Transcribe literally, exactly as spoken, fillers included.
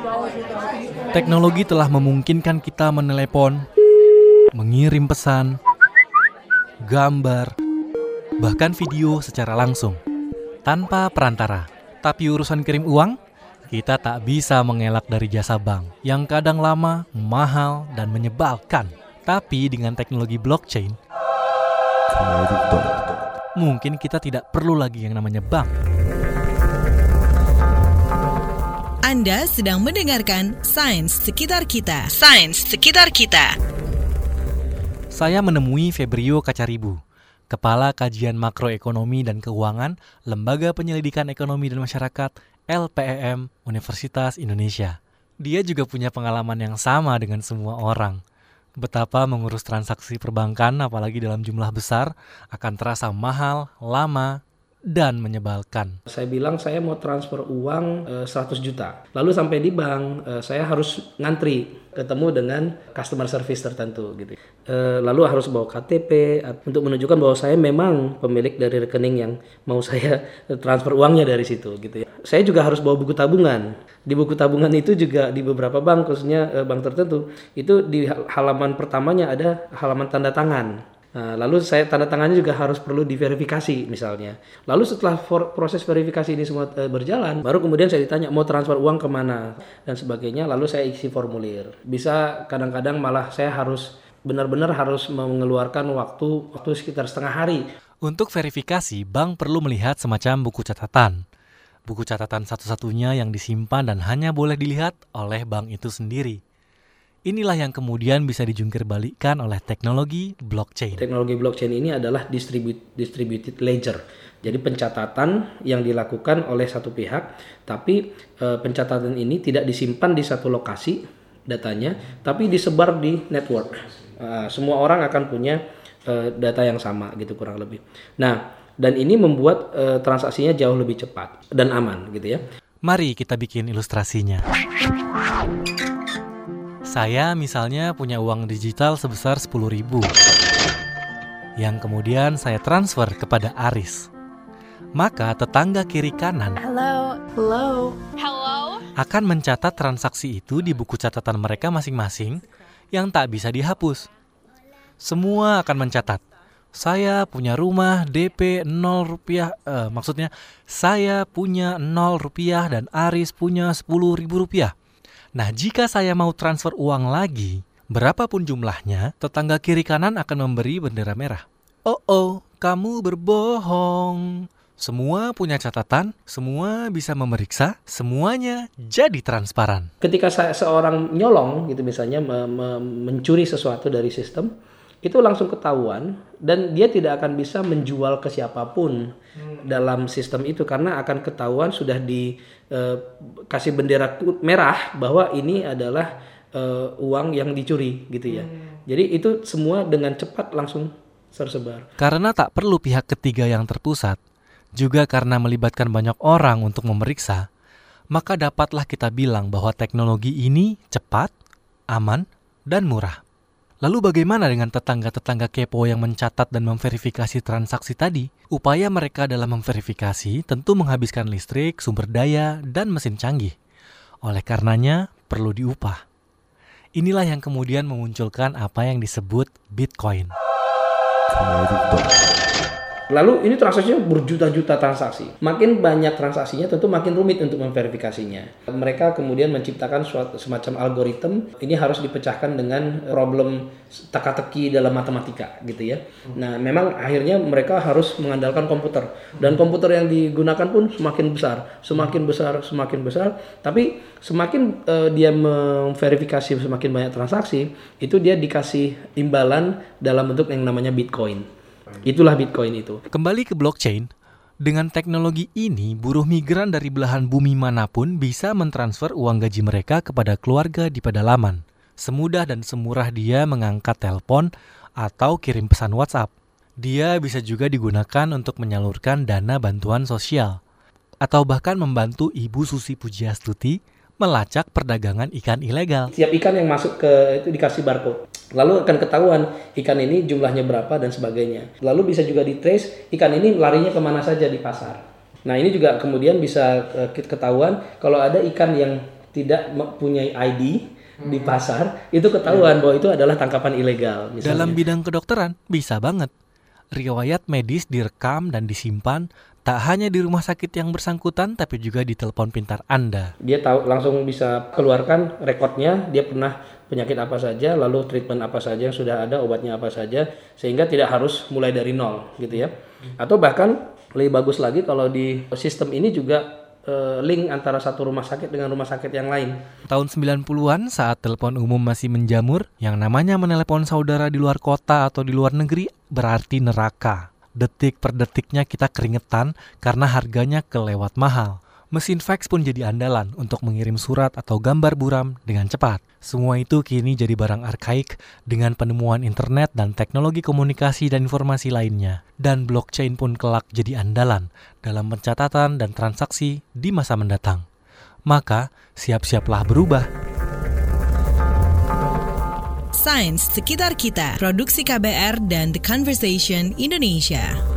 Teknologi telah memungkinkan kita menelepon, mengirim pesan, gambar, bahkan video secara langsung, tanpa perantara. Tapi urusan kirim uang, kita tak bisa mengelak dari jasa bank yang kadang lama, mahal, dan menyebalkan. Tapi dengan teknologi blockchain, mungkin kita tidak perlu lagi yang namanya bank. Anda sedang mendengarkan Sains Sekitar Kita. Sains Sekitar Kita. Saya menemui Febrio Kacaribu, Kepala Kajian Makroekonomi dan Keuangan Lembaga Penyelidikan Ekonomi dan Masyarakat L P E M Universitas Indonesia. Dia juga punya pengalaman yang sama dengan semua orang. Betapa mengurus transaksi perbankan, apalagi dalam jumlah besar, akan terasa mahal, lama, dan menyebalkan. Saya bilang saya mau transfer uang e, seratus juta. Lalu sampai di bank, e, saya harus ngantri ketemu dengan customer service tertentu gitu. E, lalu harus bawa K T P untuk menunjukkan bahwa saya memang pemilik dari rekening yang mau saya transfer uangnya dari situ gitu ya. Saya juga harus bawa buku tabungan. Di buku tabungan itu juga di beberapa bank, khususnya e, bank tertentu, itu di halaman pertamanya ada halaman tanda tangan. Nah, lalu saya tanda tangannya juga harus perlu diverifikasi misalnya. Lalu setelah for, proses verifikasi ini semua e, berjalan, baru kemudian saya ditanya mau transfer uang kemana dan sebagainya. Lalu saya isi formulir. Bisa kadang-kadang malah saya harus benar-benar harus mengeluarkan waktu waktu sekitar setengah hari. Untuk verifikasi, bank perlu melihat semacam buku catatan. Buku catatan satu-satunya yang disimpan dan hanya boleh dilihat oleh bank itu sendiri. Inilah yang kemudian bisa dijungkir balikkan oleh teknologi blockchain. Teknologi blockchain ini adalah distribute, distributed ledger. Jadi pencatatan yang dilakukan oleh satu pihak, tapi e, pencatatan ini tidak disimpan di satu lokasi datanya, tapi disebar di network. E, semua orang akan punya e, data yang sama gitu kurang lebih. Nah, dan ini membuat e, transaksinya jauh lebih cepat dan aman gitu ya. Mari kita bikin ilustrasinya. Saya misalnya punya uang digital sebesar sepuluh ribu yang kemudian saya transfer kepada Aris. Maka tetangga kiri kanan Hello. Hello. Hello. akan mencatat transaksi itu di buku catatan mereka masing-masing yang tak bisa dihapus. Semua akan mencatat. Saya punya rumah D P nol rupiah, eh, maksudnya saya punya nol rupiah dan Aris punya sepuluh ribu rupiah. Nah, jika saya mau transfer uang lagi, berapapun jumlahnya, tetangga kiri kanan akan memberi bendera merah. Oh, oh, kamu berbohong. Semua punya catatan, semua bisa memeriksa, semuanya jadi transparan. Ketika saya, seorang nyolong, gitu misalnya me, me, mencuri sesuatu dari sistem, itu langsung ketahuan dan dia tidak akan bisa menjual ke siapapun hmm. dalam sistem itu karena akan ketahuan sudah dikasih eh, bendera merah bahwa ini adalah eh, uang yang dicuri gitu ya. Hmm. Jadi itu semua dengan cepat langsung tersebar. Karena tak perlu pihak ketiga yang terpusat, juga karena melibatkan banyak orang untuk memeriksa, maka dapatlah kita bilang bahwa teknologi ini cepat, aman, dan murah. Lalu bagaimana dengan tetangga-tetangga kepo yang mencatat dan memverifikasi transaksi tadi? Upaya mereka dalam memverifikasi tentu menghabiskan listrik, sumber daya, dan mesin canggih. Oleh karenanya, perlu diupah. Inilah yang kemudian memunculkan apa yang disebut Bitcoin. Lalu ini transaksinya berjuta-juta transaksi. Makin banyak transaksinya tentu makin rumit untuk memverifikasinya. Mereka kemudian menciptakan suatu semacam algoritma. Ini harus dipecahkan dengan problem teka-teki dalam matematika gitu ya. Nah, memang akhirnya mereka harus mengandalkan komputer. Dan komputer yang digunakan pun semakin besar, semakin besar, semakin besar. Tapi semakin uh, dia memverifikasi semakin banyak transaksi, itu dia dikasih imbalan dalam bentuk yang namanya Bitcoin. Itulah Bitcoin itu. Kembali ke blockchain, dengan teknologi ini buruh migran dari belahan bumi manapun bisa mentransfer uang gaji mereka kepada keluarga di pedalaman. Semudah dan semurah dia mengangkat telepon atau kirim pesan WhatsApp. Dia bisa juga digunakan untuk menyalurkan dana bantuan sosial. Atau bahkan membantu Ibu Susi Pujiastuti melacak perdagangan ikan ilegal. Setiap ikan yang masuk ke itu dikasih barcode. Lalu akan ketahuan ikan ini jumlahnya berapa dan sebagainya. Lalu bisa juga di-trace ikan ini larinya kemana saja di pasar. Nah, ini juga kemudian bisa ketahuan kalau ada ikan yang tidak mempunyai I D di pasar, itu ketahuan bahwa itu adalah tangkapan ilegal. Misalnya. Dalam bidang kedokteran, bisa banget. Riwayat medis direkam dan disimpan tak hanya di rumah sakit yang bersangkutan, tapi juga di telepon pintar Anda. Dia tahu langsung bisa keluarkan rekodnya, dia pernah penyakit apa saja, lalu treatment apa saja yang sudah ada, obatnya apa saja, sehingga tidak harus mulai dari nol, gitu ya. Atau bahkan lebih bagus lagi kalau di sistem ini juga link antara satu rumah sakit dengan rumah sakit yang lain. Tahun sembilan puluhan saat telepon umum masih menjamur, yang namanya menelepon saudara di luar kota atau di luar negeri berarti neraka. Detik per detiknya kita keringetan karena harganya kelewat mahal. Mesin fax pun jadi andalan untuk mengirim surat atau gambar buram dengan cepat. Semua itu kini jadi barang arkaik dengan penemuan internet dan teknologi komunikasi dan informasi lainnya. Dan blockchain pun kelak jadi andalan dalam pencatatan dan transaksi di masa mendatang. Maka, siap-siaplah berubah. Sains Sekitar Kita, Produksi K B R dan The Conversation Indonesia.